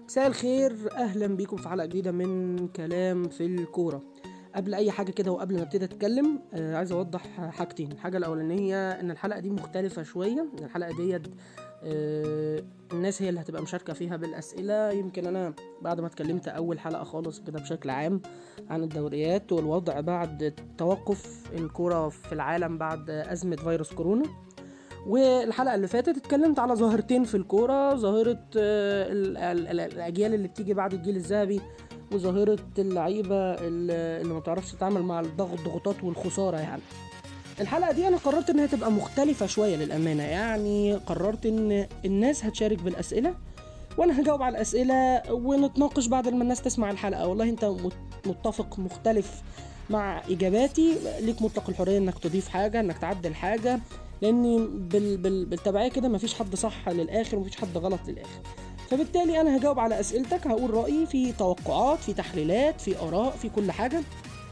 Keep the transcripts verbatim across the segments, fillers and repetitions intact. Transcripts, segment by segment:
مساء الخير، اهلا بيكم في حلقه جديده من كلام في الكوره. قبل اي حاجه كده وقبل ما ابتدي اتكلم آه عايز اوضح حاجتين. الحاجه الاولانيه ان الحلقه دي مختلفه شويه. الحلقه ديت آه الناس هي اللي هتبقى مشاركه فيها بالاسئله. يمكن انا بعد ما اتكلمت اول حلقه خالص كده بشكل عام عن الدوريات والوضع بعد توقف الكوره في العالم بعد ازمه فيروس كورونا، والحلقه اللي فاتت اتكلمت على ظاهرتين في الكوره، ظاهره الاجيال اللي بتيجي بعد الجيل الذهبي وظاهره اللعيبه اللي ما بتعرفش تتعامل مع الضغط الضغوطات والخساره. يعني الحلقه دي انا قررت انها تبقى مختلفه شويه للامانه. يعني قررت ان الناس هتشارك بالاسئله وانا هجاوب على الاسئله ونتناقش بعد ما الناس تسمع الحلقه. والله انت متفق مختلف مع اجاباتي، ليك مطلق الحريه انك تضيف حاجه، انك تعدل حاجه، لان بال بال بالتبعيه كده مفيش حد صح للاخر ومفيش حد غلط للاخر. فبالتالي انا هجاوب على اسئلتك، هقول رايي في توقعات، في تحليلات، في اراء، في كل حاجه،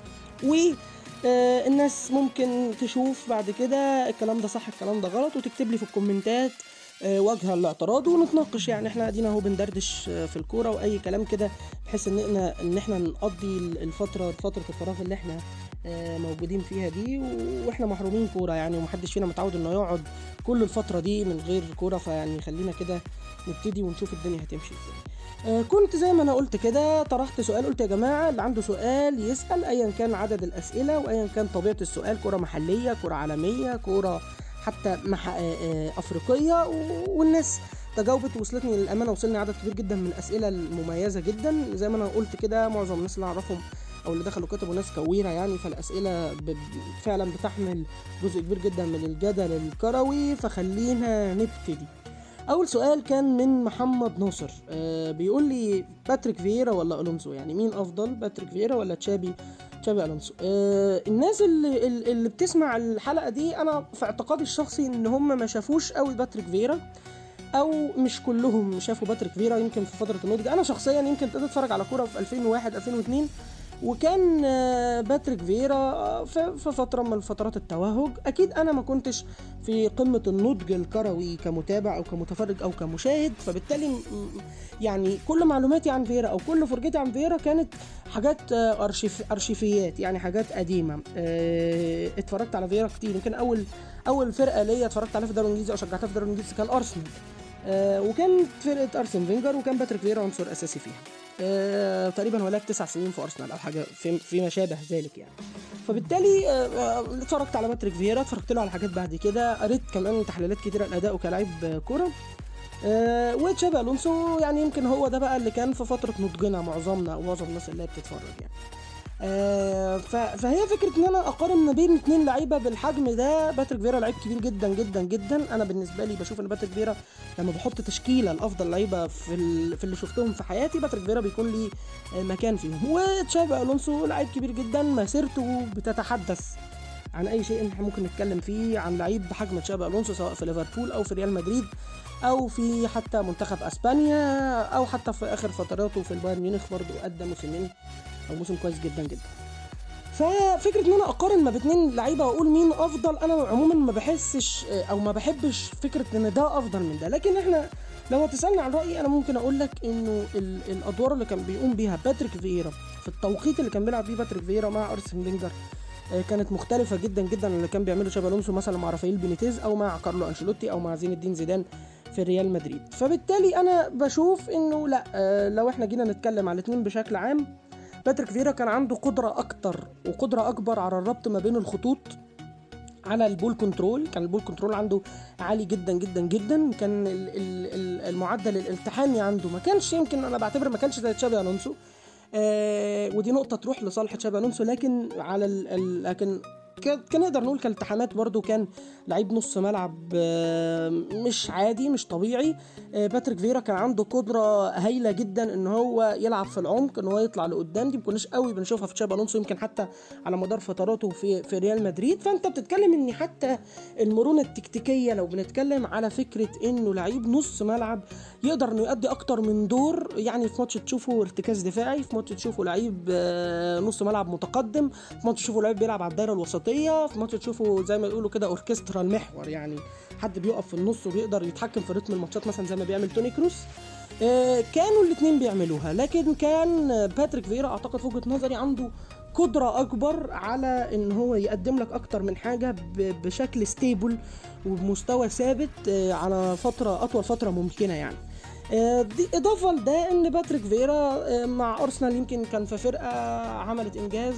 والناس ممكن تشوف بعد كده الكلام ده صح الكلام ده غلط وتكتب لي في الكومنتات وجه الاعتراض ونتناقش. يعني احنا قاعدين اهو بندردش في الكوره واي كلام كده، بحيث ان احنا ان احنا نقضي الفتره فتره الفراغ اللي احنا موجودين فيها دي، واحنا محرومين كوره يعني، ومحدش فينا متعود انه يقعد كل الفتره دي من غير كوره. فيعني خلينا كده نبتدي ونشوف الدنيا هتمشي ازاي. كنت زي ما انا قلت كده طرحت سؤال، قلت يا جماعه اللي عنده سؤال يسال ايا كان عدد الاسئله وايا كان طبيعه السؤال، كوره محليه، كوره عالميه، كوره حتى مح... افريقيه. والناس تجاوبت ووصلتني للامانه، وصلني عدد كبير جدا من الاسئله المميزه جدا. زي ما انا قلت كده معظم الناس اللي اعرفهم او اللي دخلوا كتبوا ناس كويره يعني، فالاسئله ب... فعلا بتحمل جزء كبير جدا من الجدل الكروي. فخلينا نبتدي. اول سؤال كان من محمد ناصر، آه بيقول لي باتريك فييرا ولا الونسو؟ يعني مين افضل، باتريك فييرا ولا تشابي تشابي الونسو؟ آه الناس اللي اللي بتسمع الحلقه دي انا في اعتقادي الشخصي ان هم ما شافوش قوي باتريك فييرا، او مش كلهم شافوا باتريك فييرا. يمكن في فتره النضج انا شخصيا يمكن ابتديت اتفرج على كوره في ألفين وواحد ألفين واثنين، وكان باتريك فييرا في فترة من فترات التوهج. أكيد أنا ما كنتش في قمة النضج الكروي كمتابع أو كمتفرج أو كمشاهد، فبالتالي يعني كل معلوماتي عن فييرا أو كل فرجتي عن فييرا كانت حاجات أرشيف أرشيفيات، يعني حاجات قديمة. اتفرجت على فييرا كتير. يمكن أول أول فرقة ليا اتفرجت عليها في الدوري الإنجليزي أو شجعتها في الدوري الإنجليزي كان أرسنال، وكانت فرقة أرسن فينجر، وكان باتريك فييرا عنصر أساسي فيها. أه تقريبا هو لعب تسع سنين في ارسنال او حاجه في فيما شابه ذلك يعني. فبالتالي أه اتفرجت على باتريك فييرا، اتفرجت له على حاجات بعد كده، قريت كمان تحليلات كتيره لادائه كلاعب كوره. أه وتشابي الونسو يعني يمكن هو ده بقى اللي كان في فتره نضجنا معظمنا او معظم الناس اللي بتتفرج يعني. آه فهي فكره ان انا اقارن ما بين اتنين لعيبه بالحجم ده. باتريك فييرا لعيب كبير جدا جدا جدا. انا بالنسبه لي بشوف ان باتريك فييرا لما بحط تشكيله الافضل لعيبه في في اللي شفتهم في حياتي، باتريك فييرا بيكون لي مكان فيهم. وتشابي الونسو لعيب كبير جدا، مسيرته بتتحدث عن اي شيء احنا ممكن نتكلم فيه عن لعيب بحجم تشابي الونسو، سواء في ليفربول او في ريال مدريد او في حتى منتخب اسبانيا او حتى في اخر فتراته في البايرن ميونخ، برضه قدم موسمين او موسم كويس جدا جدا. ففكره ان انا اقارن ما بين اتنين لعيبه واقول مين افضل، انا عموما ما بحسش او ما بحبش فكره ان ده افضل من ده. لكن احنا لو هتسالني عن رايي انا ممكن اقول لك انه الادوار اللي كان بيقوم بيها باتريك فييرا في التوقيت اللي كان بيلعب فيه باتريك فييرا مع ارسن فينجر كانت مختلفه جدا جدا اللي كان بيعمله تشابي الونسو مثلا مع رافائيل بينيتيز او مع كارلو انشيلوتي او مع زين الدين زيدان في ريال مدريد. فبالتالي انا بشوف انه لا، لو احنا جينا نتكلم على الاثنين بشكل عام، باتريك فييرا كان عنده قدرة أكتر وقدرة أكبر على الربط ما بين الخطوط، على البول كنترول. كان البول كنترول عنده عالي جدا جدا جدا. كان المعدل الالتحامي عنده ما كانش، يمكن أنا بعتبر ما كانش زي تشابي الونسو، آه ودي نقطة تروح لصالح تشابي الونسو. لكن على ال لكن كان نقدر نقول كالتحامات برضو كان لعيب نص ملعب مش عادي مش طبيعي. باتريك فييرا كان عنده قدرة هايلة جدا ان هو يلعب في العمق، ان هو يطلع لقدام. دي مكناش قوي بنشوفها في تشابي الونسو، يمكن حتى على مدار فتراته في في ريال مدريد. فانت بتتكلم ان حتى المرونة التكتيكية، لو بنتكلم على فكرة انه لعيب نص ملعب يقدر انه يؤدي اكتر من دور، يعني في ماتش تشوفه ارتكاز دفاعي، في ماتش تشوفه لعيب نص ملعب متقدم، في ماتش تشوفه لعيب بيلعب على الدايرة الوسطية، في ماتش تشوفه زي ما يقولوا كده اوركسترا المحور، يعني حد بيقف في النص وبيقدر يتحكم في رتم الماتشات مثلا زي ما بيعمل توني كروس. آه، كانوا الاثنين بيعملوها، لكن كان باتريك فيرا اعتقد في وجهة نظري عنده قدرة أكبر على إن هو يقدم لك أكتر من حاجة بشكل ستيبل وبمستوى ثابت على فترة أطول فترة ممكنة يعني. دي إضافة لده إن باتريك فيرا مع أرسنال يمكن كان في فرقة عملت إنجاز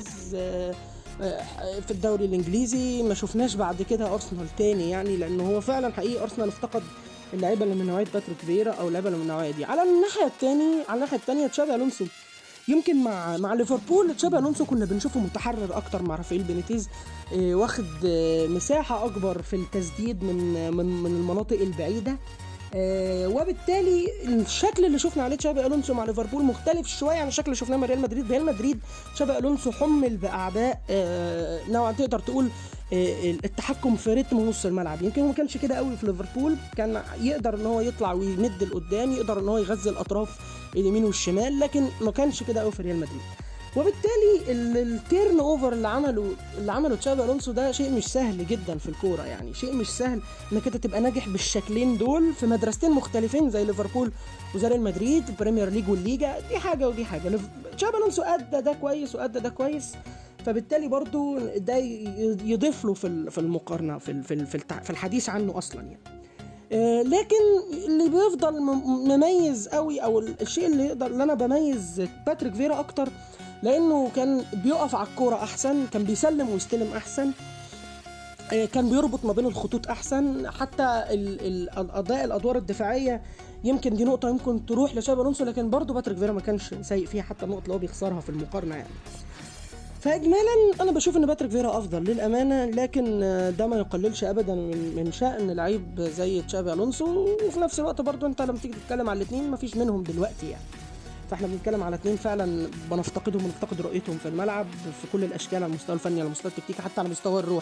في الدوري الإنجليزي ما شفناش بعد كده أرسنال تاني يعني، لأنه هو فعلا حقيقي أرسنال افتقد اللعيبة اللي من نوعية باتريك فيرا أو اللعيبة اللي من النوعية دي. على الناحية التانية على الناحية التانية تشابي ألونسو يمكن مع مع ليفربول تشابي ألونسو كنا بنشوفه متحرر اكتر مع رافائيل بينيتيز، اه واخد اه مساحه اكبر في التسديد من من من المناطق البعيده، اه وبالتالي الشكل اللي شفنا عليه تشابي ألونسو مع ليفربول مختلف شويه عن الشكل اللي شفناه مع ريال مدريد. ريال مدريد تشابي ألونسو حمل باعباء اه نوعا تقدر تقول التحكم في رتم نص الملعب، يمكن هو ما كانش كده قوي في ليفربول، كان يقدر ان هو يطلع ويمد لقدام، يقدر ان هو يغذي الاطراف اليمين والشمال، لكن ما كانش كده قوي في ريال مدريد. وبالتالي التيرن اوفر اللي عمله اللي عمله تشابي ألونسو ده شيء مش سهل جدا في الكوره، يعني شيء مش سهل انك انت تبقى ناجح بالشكلين دول في مدرستين مختلفين زي ليفربول وزي ريال مدريد، البريمير ليج والليجا، دي حاجه ودي حاجه. تشابي ألونسو ادى ده كويس وادى ده كويس، فبالتالي برضو ده يضيف له في المقارنه في في الحديث عنه اصلا يعني. لكن اللي بيفضل مميز قوي او الشيء اللي يقدر اللي انا بميز باتريك فيرا اكتر لانه كان بيقف على الكوره احسن، كان بيسلم ويستلم احسن، كان بيربط ما بين الخطوط احسن، حتى الاداء الادوار الدفاعيه يمكن دي نقطه يمكن تروح لتشابي ألونسو، لكن برضو باتريك فيرا ما كانش سيء فيها حتى النقطه اللي هو بيخسرها في المقارنه يعني. فاجمالا انا بشوف ان باتريك فيرا افضل للامانه، لكن ده ما يقللش ابدا من من شأن لعيب زي تشابي ألونسو، وفي نفس الوقت برضو انت لما تيجي تتكلم على الاثنين مفيش منهم دلوقتي يعني، فاحنا بنتكلم على اثنين فعلا بنفتقدهم ونفتقد رؤيتهم في الملعب في كل الاشكال، على المستوى الفني على المستوى التكتيكي حتى على مستوى الروح.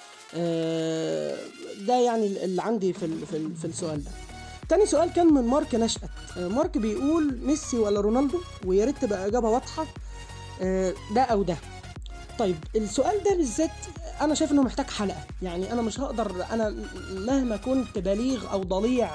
ده يعني اللي عندي في في, في السؤال ده. تاني سؤال كان من مارك نشأت. مارك بيقول ميسي ولا رونالدو، ويا ريت تبقى اجابه واضحه ده او ده. طيب السؤال ده بالذات انا شايف انه محتاج حلقه، يعني انا مش هقدر، انا مهما كنت بليغ او ضليع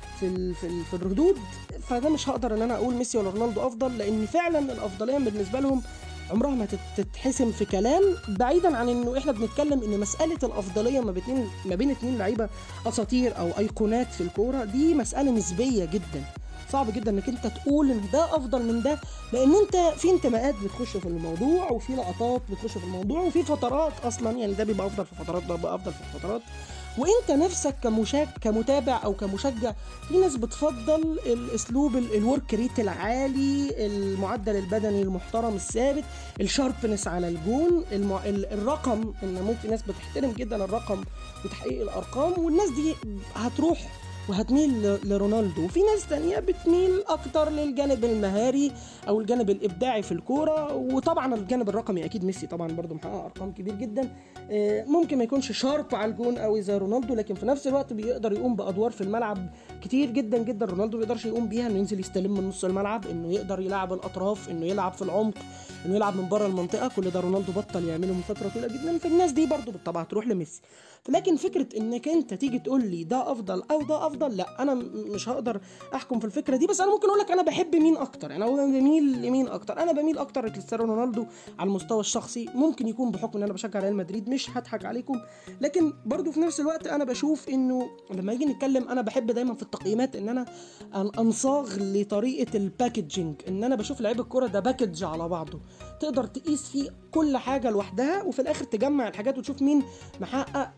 في في في الردود فده مش هقدر ان انا اقول ميسي ولا رونالدو افضل، لان فعلا الافضليه بالنسبه لهم عمرها ما تتحسم في كلام، بعيدا عن انه احنا بنتكلم ان مساله الافضليه ما بين ما بين اتنين لعيبه اساطير او ايقونات في الكوره دي مساله نسبيه جدا، صعب جدا انك انت تقول ان ده افضل من ده، لان انت في انتماءات بتخش في الموضوع وفي لقطات بتخش في الموضوع وفي فترات اصلا، يعني ده بيبقى افضل في فترات ده بيبقى افضل في فترات، وانت نفسك كمشاهد كمتابع او كمشجع في ناس بتفضل الاسلوب الورك ريت العالي، المعدل البدني المحترم الثابت، الشاربنس على الجون، المع... الرقم، ان ممكن ناس بتحترم جدا الرقم وتحقيق الارقام، والناس دي هتروح وهتميل لرونالدو، وفي ناس تانية بتميل اكتر للجانب المهاري او الجانب الابداعي في الكوره، وطبعا الجانب الرقمي اكيد ميسي طبعا برضو محقق ارقام كبير جدا، ممكن ما يكونش شارب على الجون قوي زي رونالدو، لكن في نفس الوقت بيقدر يقوم بادوار في الملعب كتير جدا جدا رونالدو ما بيقدرش يقوم بيها، انه ينزل يستلم من نص الملعب، انه يقدر يلعب الاطراف، انه يلعب في العمق، انه يلعب من بره المنطقه، كل ده رونالدو بطل يعمله من فتره طويله جدا، فالناس دي برضو بالطبع تروح لميسي. لكن فكره انك انت تيجي تقول لي ده افضل او ده افضل، لا انا مش هقدر احكم في الفكره دي، بس انا ممكن اقول لك انا بحب مين اكتر، يعني انا بميل لمين اكتر، انا بميل اكتر لكريستيانو رونالدو على المستوى الشخصي، ممكن يكون بحكم ان انا بشجع ريال مدريد مش هضحك عليكم، لكن برضو في نفس الوقت انا بشوف انه لما يجي نتكلم انا بحب دايما في التقييمات ان انا انصاغ لطريقه الباكجينج، ان انا بشوف لعيب الكوره ده باكج على بعضه تقدر تقيس فيه كل حاجه لوحدها، وفي الاخر تجمع الحاجات وتشوف مين محقق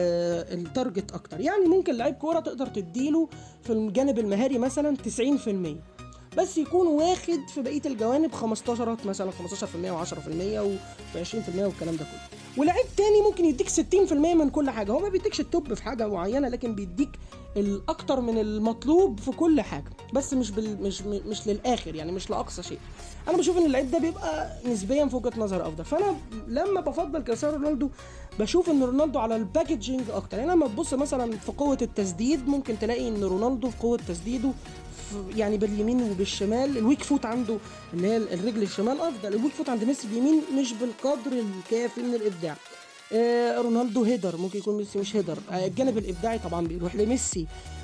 آه التارجت اكتر. يعني ممكن لعيب كوره تقدر تديله في الجانب المهاري مثلا تسعين في المية بس يكون واخد في بقيه الجوانب خمستاشر مثلا خمستاشر في المية وعشرة في المية وعشرين في المية والكلام ده كله، ولاعيب تاني ممكن يديك ستين في المية من كل حاجه، هو ما بيديكش التوب في حاجه معينه لكن بيديك الاكتر من المطلوب في كل حاجه، بس مش بال... مش مش للاخر، يعني مش لاقصى شيء. انا بشوف ان اللعيب ده بيبقى نسبيا في وجهه نظر افضل، فانا لما بفضل كريستيانو رونالدو بشوف ان رونالدو على الباكجينج اكتر، يعني لما تبص مثلا في قوه التسديد ممكن تلاقي ان رونالدو في قوه تسديده يعني باليمين وبالشمال، الويك فوت عنده اللي هي الرجل الشمال افضل، الويك فوت عند ميسي اليمين مش بالقدر الكافي من الابداع. آه رونالدو هيدر ممكن يكون ميسي مش هيدر، آه الجانب الابداعي طبعا بيروح لميسي،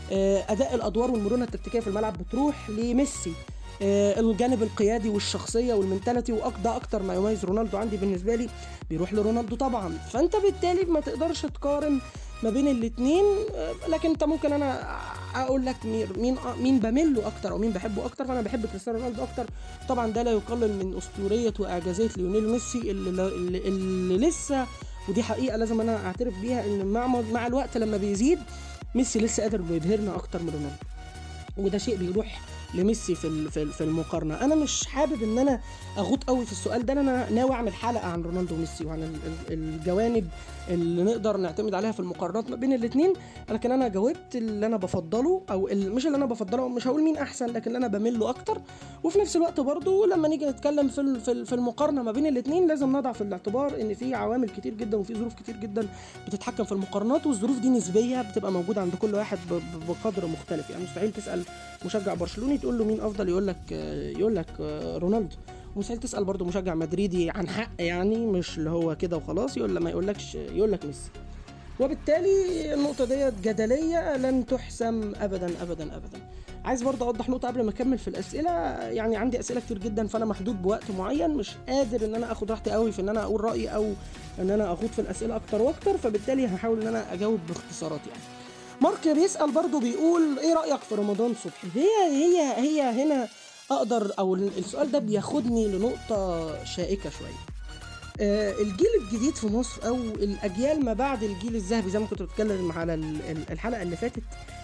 آه، اداء الادوار والمرونه التكتيكيه في الملعب بتروح لميسي. آه، الجانب القيادي والشخصيه والمنتاليتي، وده اكتر ما يميز رونالدو عندي بالنسبه لي، بيروح لرونالدو طبعا. فانت بالتالي ما تقدرش تقارن ما بين الاثنين، لكن انت ممكن انا اقول لك مين مين بميل له اكتر او مين بحبه اكتر. فانا بحب كريستيانو رونالدو اكتر. طبعا ده لا يقلل من اسطوريه واعجازيه ليونيل ميسي اللي, اللي, اللي لسه، ودي حقيقه لازم انا اعترف بيها، ان مع مع الوقت لما بيزيد ميسي لسه قادر يبهرنا اكتر من رونالدو، وده شيء بيروح لميسي في في المقارنه. انا مش حابب ان انا اغوط قوي في السؤال ده، انا ناوي اعمل حلقه عن رونالدو وميسي وعن الجوانب اللي نقدر نعتمد عليها في المقارنات ما بين الاثنين. لكن انا جاوبت اللي انا بفضله، او مش اللي انا بفضله، مش هقول مين احسن، لكن اللي انا بميل له اكتر. وفي نفس الوقت برضو لما نيجي نتكلم في في المقارنه ما بين الاثنين لازم نضع في الاعتبار ان في عوامل كتير جدا وفي ظروف كتير جدا بتتحكم في المقارنات، والظروف دي نسبيه بتبقى موجوده عند كل واحد بقدر مختلف. يعني مستحيل تسال مشجع برشلوني تقول له مين افضل، يقول لك يقول لك رونالدو. ومستحيل تسال برضو مشجع مدريدي عن حق، يعني مش اللي هو كده وخلاص يقول لما يقولكش يقول لك ميسي. وبالتالي النقطه ديت جدليه لن تحسم ابدا ابدا ابدا. عايز برضه اوضح نقطه قبل ما اكمل في الاسئله. يعني عندي اسئله كتير جدا، فانا محدود بوقت معين، مش قادر ان انا اخد راحتي قوي في ان انا اقول رايي او ان انا اخوض في الاسئله اكتر واكتر، فبالتالي هحاول ان انا اجاوب باختصارات. يعني مارك بيسال برضه بيقول ايه رايك في رمضان صبحي؟ هي هي هي هنا اقدر، او السؤال ده بياخدني لنقطه شائكه شويه. آه الجيل الجديد في مصر او الاجيال ما بعد الجيل الذهبي، زي ما كنت بتكلم على الحلقه اللي فاتت،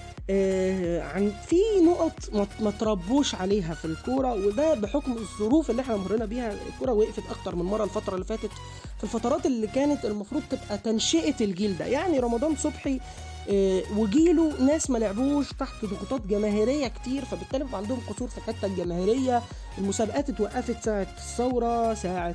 آه عن في نقط ما تربوش عليها في الكوره، وده بحكم الظروف اللي احنا مرينا بيها. الكوره وقفت اكتر من مره الفتره اللي فاتت في الفترات اللي كانت المفروض تبقى تنشئه الجيل ده. يعني رمضان صبحي آه وجيله ناس ما لعبوش تحت ضغوطات جماهيريه كتير، فبالتالي بقى عندهم قصور في الحته الجماهيريه. المسابقات اتوقفت ساعه الثوره، ساعه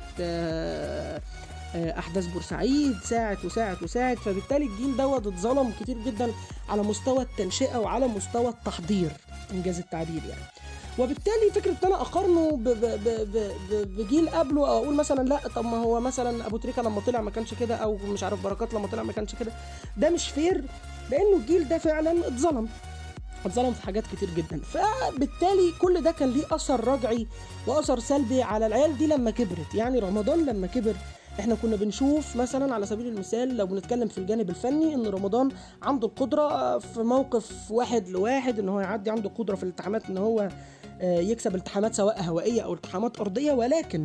آه احداث بورسعيد، ساعه وساعه وساعه فبالتالي الجيل دوت اتظلم كتير جدا على مستوى التنشئه وعلى مستوى التحضير، انجاز التعبير يعني. وبالتالي فكره ان انا اقارنه ب ب ب ب بجيل قبله، او اقول مثلا لا طب ما هو مثلا ابو تريكه لما طلع ما كانش كده، او مش عارف بركات لما طلع ما كانش كده، ده مش فير، لانه الجيل ده فعلا اتظلم اتظلم في حاجات كتير جدا. فبالتالي كل ده كان ليه اثر رجعي واثر سلبي على العيال دي لما كبرت. يعني رمضان لما كبر احنا كنا بنشوف مثلا على سبيل المثال لو بنتكلم في الجانب الفني ان رمضان عنده القدره في موقف واحد لواحد ان هو يعدي، عنده قدره في الالتحامات ان هو يكسب التحامات سواء هوائيه او التحامات ارضيه، ولكن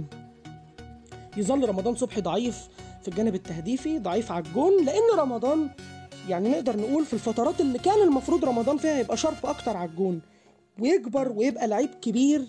يظل رمضان صبحي ضعيف في الجانب التهديفي، ضعيف على الجون، لان رمضان يعني نقدر نقول في الفترات اللي كان المفروض رمضان فيها يبقى شارب اكتر على الجون ويكبر ويبقى لعيب كبير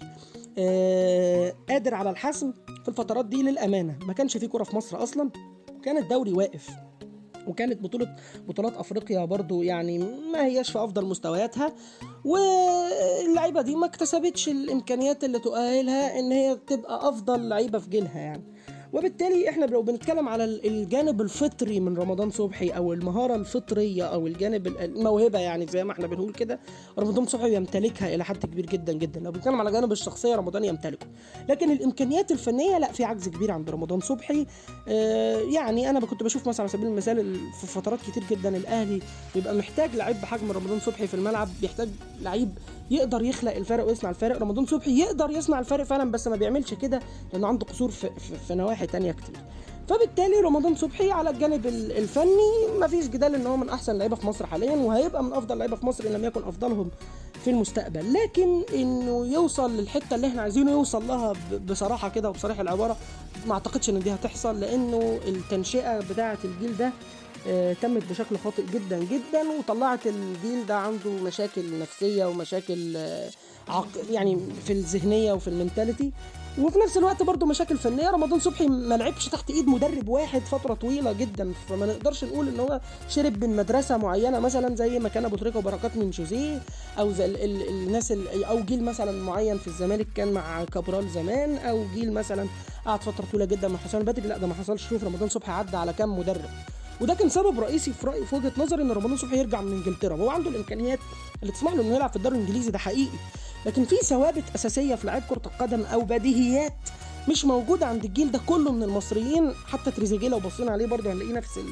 آه قادر على الحسم، في الفترات دي للامانه ما كانش في كوره في مصر اصلا، كان الدوري واقف، وكانت بطوله بطولات افريقيا برضو يعني ما هياش في افضل مستوياتها، واللعيبه دي ما اكتسبتش الامكانيات اللي تؤهلها ان هي تبقى افضل لعيبه في جيلها يعني. وبالتالي احنا لو بنتكلم على الجانب الفطري من رمضان صبحي او المهاره الفطريه او الجانب الموهبه، يعني زي ما احنا بنقول كده، رمضان صبحي يمتلكها الى حد كبير جدا جدا. لو بنتكلم على جانب الشخصيه رمضان يمتلكه، لكن الامكانيات الفنيه لا، في عجز كبير عند رمضان صبحي. اه يعني انا كنت بشوف مثلا على سبيل المثال في فترات كتير جدا الاهلي بيبقى محتاج لعيب بحجم رمضان صبحي في الملعب، بيحتاج لعيب يقدر يخلق الفرق ويصنع الفرق. رمضان صبحي يقدر يصنع الفرق فعلا، بس ما بيعملش كده لانه عنده قصور في, في, في نواحي تانية كتير. فبالتالي رمضان صبحي على الجانب الفني مفيش جدال ان هو من احسن لعيبه في مصر حاليا، وهيبقى من افضل لعيبه في مصر ان لم يكن افضلهم في المستقبل. لكن انه يوصل للحته اللي احنا عايزينه يوصل لها بصراحه كده وبصريح العباره، ما اعتقدش ان دي هتحصل، لانه التنشئه بتاعه الجيل ده آه تمت بشكل خاطئ جدا جدا، وطلعت الجيل ده عنده مشاكل نفسيه ومشاكل آه عق... يعني في الذهنيه وفي المنتاليتي، وفي نفس الوقت برضو مشاكل فنيه. رمضان صبحي ما لعبش تحت ايد مدرب واحد فتره طويله جدا، فما نقدرش نقول ان هو شرب من مدرسه معينه مثلا زي ما كان ابو تريكه وبركات من جوزيه، او زي ال ال الناس ال او جيل مثلا معين في الزمالك كان مع كابرال زمان، او جيل مثلا قعد فتره طويله جدا مع حسام البدري. لا ده ما حصلش. شوف رمضان صبحي عدى على كام مدرب، وده كان سبب رئيسي في رأيي في وجهه نظري ان رمضان صبحي يرجع من انجلترا. هو عنده الامكانيات اللي تسمح له انه يلعب في الدوري الانجليزي، ده حقيقي، لكن في ثوابت اساسيه في لعيب كره القدم او بديهيات مش موجوده عند الجيل ده كله من المصريين. حتى تريزيجيه لو بصينا عليه برضه هنلاقيه نفس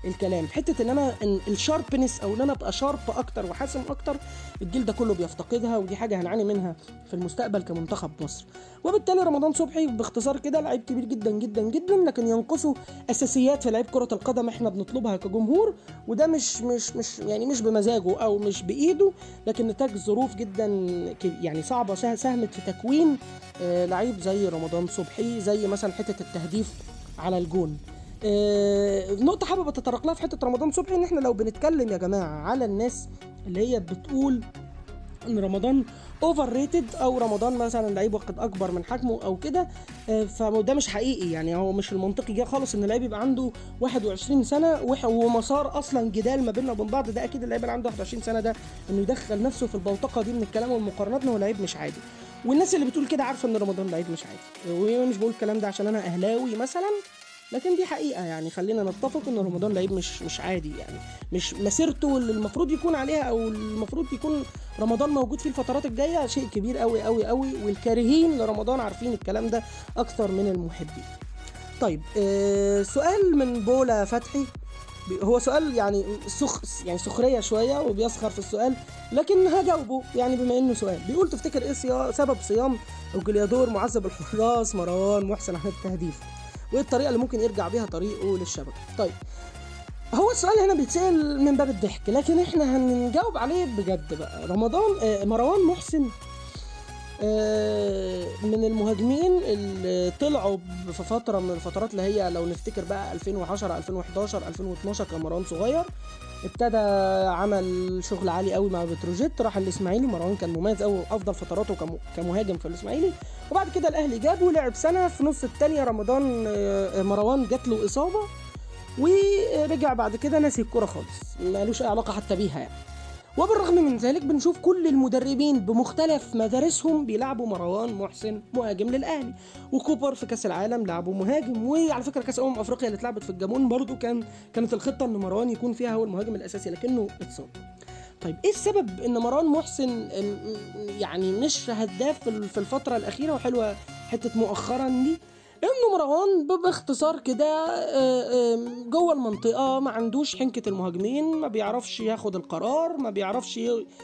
الكلام. حته ان انا ان الشاربنس او ان انا ابقى شارب اكتر وحاسم اكتر، الجيل ده كله بيفتقدها، ودي حاجه هنعاني منها في المستقبل كمنتخب مصر. وبالتالي رمضان صبحي باختصار كده لعيب كبير جدا جدا جدا، لكن ينقصه اساسيات في لعيب كره القدم احنا بنطلبها كجمهور، وده مش مش مش يعني مش بمزاجه او مش بايده، لكن نتاج ظروف جدا يعني صعبه ساهمت في تكوين آه لعيب زي رمضان صبحي، زي مثلا حته التهديف على الجون. آه نقطه حابب اتطرق لها في حته رمضان صبحي، ان احنا لو بنتكلم يا جماعه على الناس اللي هي بتقول ان رمضان اوفر ريتد او رمضان مثلا لعيب واخد اكبر من حجمه او كده، فده مش حقيقي. يعني هو مش المنطقي جه خالص ان اللعيب يبقى عنده واحد وعشرين سنه ومسار اصلا جدال ما بيننا وبين بعض. ده اكيد اللعيب اللي عنده واحد وعشرين سنه ده انه يدخل نفسه في البوتقه دي من الكلام والمقارنات، هو لعيب مش عادي. والناس اللي بتقول كده عارفه ان رمضان لعيب مش عادي، ومش بقول الكلام ده عشان انا اهلاوي مثلا، لكن دي حقيقه. يعني خلينا نتفق ان رمضان لعيب مش مش عادي، يعني مش مسيرته اللي المفروض يكون عليها او المفروض يكون رمضان موجود فيه الفترات الجايه شيء كبير قوي قوي قوي، والكارهين لرمضان عارفين الكلام ده اكتر من المحبين. طيب آه سؤال من بولا فتحي، هو سؤال يعني سخ يعني سخريه شويه وبيسخر في السؤال، لكن هجاوبه يعني بما انه سؤال. بيقول تفتكر ايه صيا... سبب صيام اوجليادور معذب الحراس مروان محسن عن التهديف، وايه الطريقه اللي ممكن يرجع بيها طريقه للشبكه؟ طيب هو السؤال هنا بيتسال من باب الضحك، لكن احنا هنجاوب عليه بجد بقى. رمضان آه مروان محسن آه من المهاجمين اللي طلعوا في فتره من الفترات اللي هي لو نفتكر بقى ألفين وعشرة ألفين وحداشر ألفين واتناشر، كان مروان صغير ابتدى عمل شغل عالي قوي مع بتروجيت، راح الاسماعيلي. مروان كان مميز قوي افضل فتراته كمهاجم في الاسماعيلي، وبعد كده الاهلي جابه ولعب سنه. في نص الثانيه رمضان مروان جات له اصابه ورجع بعد كده ناسي الكوره خالص، مالوش اي علاقه حتى بيها يعني. وبالرغم من ذلك بنشوف كل المدربين بمختلف مدارسهم بيلعبوا مروان محسن مهاجم للاهلي، وكوبر في كاس العالم لعبه مهاجم، وعلى فكره كاس امم افريقيا اللي اتلعبت في الجابون برضو كان كانت الخطه ان مروان يكون فيها هو المهاجم الاساسي، لكنه اتصاب. طيب ايه السبب ان مروان محسن يعني مش هداف في الفتره الاخيره؟ وحلوه حته مؤخرا دي انه مروان باختصار كده جوه المنطقه ما عندوش حنكه المهاجمين، ما بيعرفش ياخد القرار، ما بيعرفش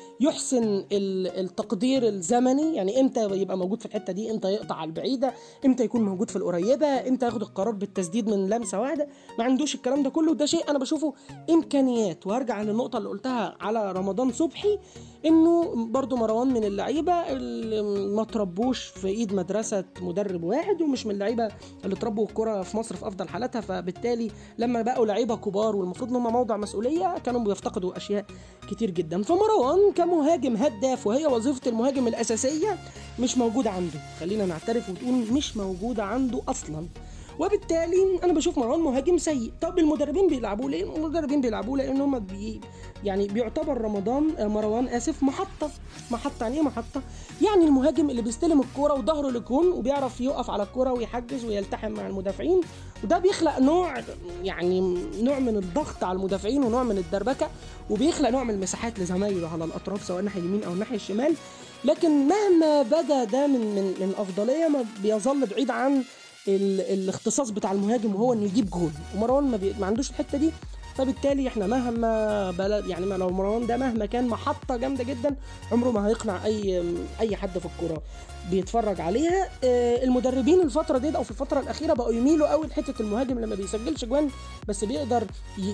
يحسن التقدير الزمني، يعني امتى يبقى موجود في الحته دي، امتى يقطع على البعيده، امتى يكون موجود في القريبه، امتى ياخد القرار بالتسديد من لمسه واحده. ما عندوش الكلام ده كله، ده شيء انا بشوفه امكانيات. وهرجع للنقطه اللي قلتها على رمضان صبحي، انه برضو مروان من اللعيبه اللي ما تربوش في ايد مدرسه مدرب واحد، ومش من اللعيبه اللي تربوا الكره في مصر في افضل حالاتها، فبالتالي لما بقوا لعيبه كبار والمفروض ان هم موضع مسؤوليه كانوا بيفتقدوا اشياء كتير جدا. فمروان كمهاجم هداف وهي وظيفه المهاجم الاساسيه مش موجوده عنده، خلينا نعترف ونقول مش موجوده عنده اصلا، وبالتالي انا بشوف مروان مهاجم سيء. طب المدربين بيلعبوا ليه؟ المدربين بيلعبوا لان هم بي يعني بيعتبر رمضان مروان اسف محطه. محطه يعني ايه محطه؟ يعني المهاجم اللي بيستلم الكوره وظهره للجون وبيعرف يقف على الكوره ويحجز ويلتحم مع المدافعين، وده بيخلق نوع يعني نوع من الضغط على المدافعين ونوع من الدربكه، وبيخلق نوع من المساحات لزمايله على الاطراف سواء ناحيه اليمين او ناحيه الشمال. لكن مهما بدا ده من من من افضليه ما بيظل بعيد عن الاختصاص بتاع المهاجم وهو انه يجيب جول، ومروان ما, ما عندوش الحته دي. فبالتالي احنا مهما بلد يعني ما لو مروان ده مهما كان محطه جامده جدا عمره ما هيقنع اي اي حد في الكوره بيتفرج عليها. اه المدربين الفتره دي او في الفتره الاخيره بقوا يميلوا قوي لحته المهاجم اللي ما بيسجلش جوان بس بيقدر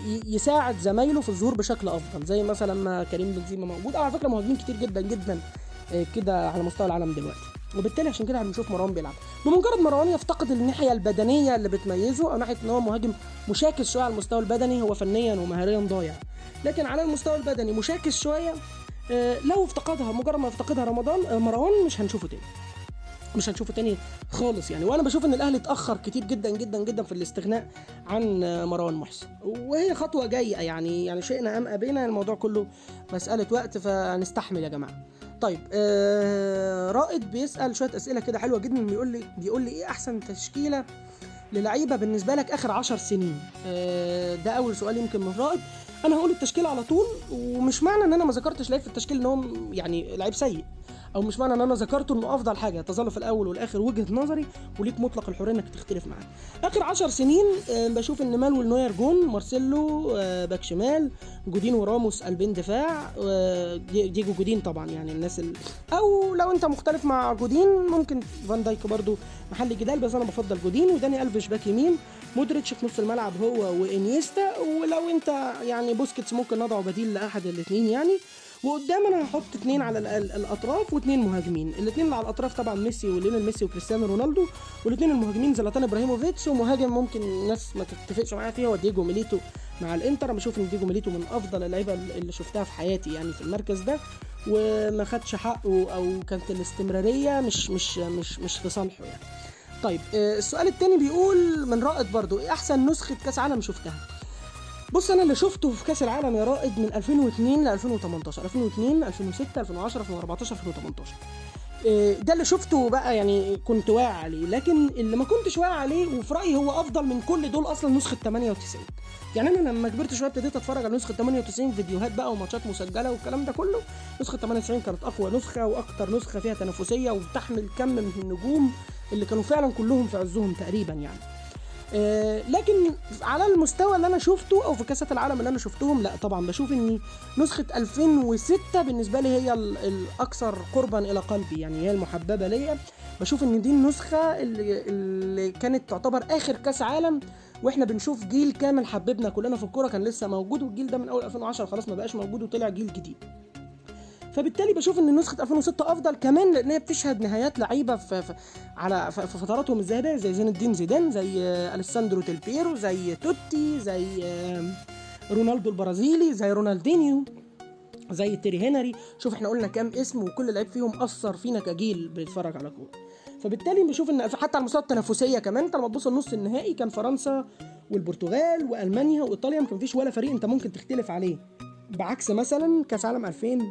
يساعد زمايله في الظهور بشكل افضل، زي مثلا ما كريم بنزيما موجود، او على فكره مهاجمين كتير جدا جدا اه كده على مستوى العالم دلوقتي. وبالتالي عشان كده هنشوف مروان بيلعب. بمجرد مروان يفتقد الناحيه البدنيه اللي بتميزه، او ناحيه ان هو مهاجم مشاكس شويه على المستوى البدني، هو فنيا ومهاريا ضايع، لكن على المستوى البدني مشاكس شويه. آه لو افتقدها مجرد ما افتقدها رمضان آه مروان مش هنشوفه تاني، مش هنشوفه تاني خالص يعني. وانا بشوف ان الاهلي اتاخر كتير جدا جدا جدا في الاستغناء عن مروان محسن، وهي خطوه جايه يعني يعني شئنا ام ابينا، الموضوع كله مساله وقت، فنستحمل يا جماعه. طيب آه رائد بيسال شويه اسئله كده حلوه جدا، بيقول لي بيقول لي ايه احسن تشكيله للعيبه بالنسبه لك اخر عشر سنين؟ آه ده اول سؤال يمكن من رائد. انا هقول التشكيله على طول، ومش معنى ان انا ما ذكرتش لعيب في التشكيل ان هو يعني لعيب سيء، او مش معنى ان انا ذكرته انه افضل حاجه، تظل في الاول والاخر وجهه نظري وليك مطلق الحريه انك تختلف معايا. اخر عشر سنين آه بشوف ان مانويل نوير جون، مارسيلو آه باك شمال، جودين وراموس قلبين دفاع، آه ديجو جودين طبعا يعني الناس ال... او لو انت مختلف مع جودين ممكن فان دايك برضو محل جدال، بس انا بفضل جودين، وداني الفيش باك يمين، مودريتش في نص الملعب هو وانيستا، ولو انت يعني بوسكيتس ممكن نضعه بديل لاحد الاثنين يعني، وقدام انا هحط اثنين على الاطراف واثنين مهاجمين. الاثنين اللي على الاطراف طبعا ميسي وليونيل ميسي وكريستيانو رونالدو، والاثنين المهاجمين زلاتان ابراهيموفيتش، ومهاجم ممكن الناس ما تتفقش معايا فيها هو دييجو ميليتو مع الانتر. انا بشوف ان دييجو ميليتو من افضل اللعيبه اللي شفتها في حياتي يعني في المركز ده، وما خدش حقه او كانت الاستمراريه مش مش مش مش في صالحه يعني. طيب السؤال الثاني بيقول من رائد برضو، ايه احسن نسخه كاس عالم شفتها؟ بص انا اللي شفته في كاس العالم يا رائد من ألفين واثنين ل ألفين وتمنتاشر، ألفين واثنين ألفين وستة ألفين وعشرة ألفين وأربعتاشر ألفين وتمنتاشر، ده اللي شفته بقى يعني كنت واعي عليه. لكن اللي ما كنتش واعي عليه وفي رايي هو افضل من كل دول اصلا نسخه ثمانية وتسعين. يعني انا لما كبرت شويه ابتديت اتفرج على نسخه ثمانية وتسعين فيديوهات بقى وماتشات مسجله والكلام ده كله. نسخه ثمانية وتسعين كانت اقوى نسخه واكتر نسخه فيها تنافسيه وبتحمل كم من النجوم اللي كانوا فعلا كلهم في عزهم تقريبا يعني. آه لكن على المستوى اللي انا شفته او في كاسات العالم اللي انا شفتهم، لا طبعا بشوف ان نسخه ألفين وستة بالنسبه لي هي الاكثر قربا الى قلبي، يعني هي المحببه ليا. بشوف ان دي النسخه اللي, اللي كانت تعتبر اخر كاس عالم واحنا بنشوف جيل كامل حببنا كلنا في الكوره كان لسه موجود، والجيل ده من اول ألفين وعشرة خلاص ما بقاش موجود وطلع جيل جديد. فبالتالي بشوف ان نسخه ألفين وستة افضل كمان لان هي بتشهد نهايات لعيبه في, في على في فتراتهم الذهبيه زي زين الدين زيدان، زي اليساندرو تيل بيرو، زي توتي، زي رونالدو البرازيلي، زي رونالدينيو، زي تيري هنري. شوف احنا قلنا كام اسم وكل لعيب فيهم اثر فينا كجيل بيتفرج على كوره. فبالتالي بشوف ان حتى على المستوى التنافسيه كمان انت لما تبص النص النهائي كان فرنسا والبرتغال والمانيا وايطاليا، ما كان فيش ولا فريق انت ممكن تختلف عليه، بعكس مثلا كاس عالم ألفين